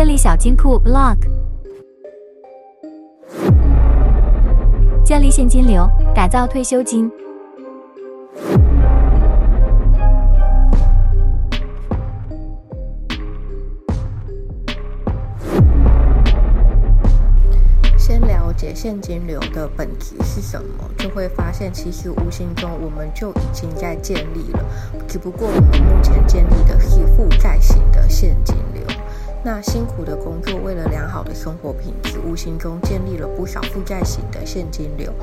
这里小金库 Vlog， 建立现金流，打造退休金。 先了解现金流的本质是什么，就会发现其实无形中我们就已经在建立了，只不过我们目前建立的是负债型的现金流。那辛苦的工作，为了良好的生活品质，无形中建立了不少负债型的现金流，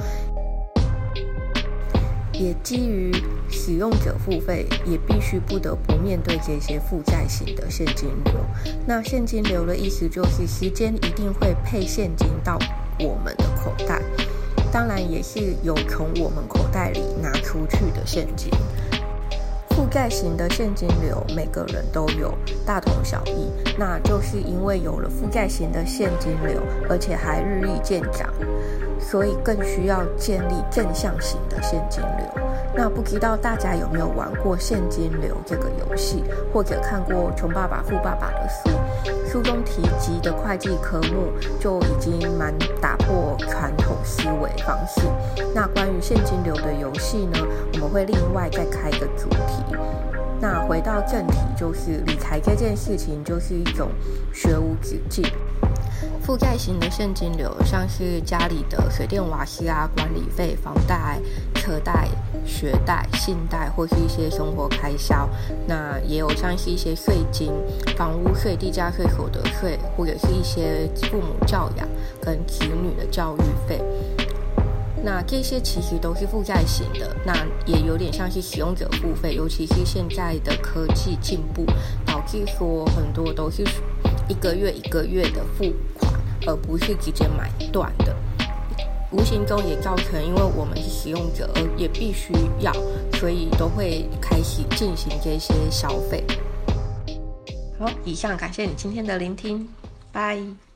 也基于使用者付费，也必须不得不面对这些负债型的现金流。那现金流的意思就是时间一定会配现金到我们的口袋，当然也是有从我们口袋里拿出去的现金。负债型的现金流每个人都有，大同小异，那就是因为有了负债型的现金流，而且还日益渐长，所以更需要建立正向型的现金流。那不知道大家有没有玩过现金流这个游戏，或者看过《穷爸爸富爸爸》的书中提及的会计科目就已经蛮打破传统思维方式。那关于现金流的游戏呢，我们会另外再开一个主题。那回到正题，就是理财这件事情就是一种学无止境。负债型的现金流像是家里的水电瓦斯啊、管理费、房贷、车贷、学贷、信贷，或是一些生活开销。那也有像是一些税金、房屋税、地价税、所得税，或者是一些父母教养跟子女的教育费。那这些其实都是负债型的，那也有点像是使用者付费，尤其是现在的科技进步，导致说很多都是一个月一个月的付款，而不是直接买断的。无形中也造成，因为我们是使用者，而也必须要，所以都会开始进行这些消费。好，以上感谢你今天的聆听，拜。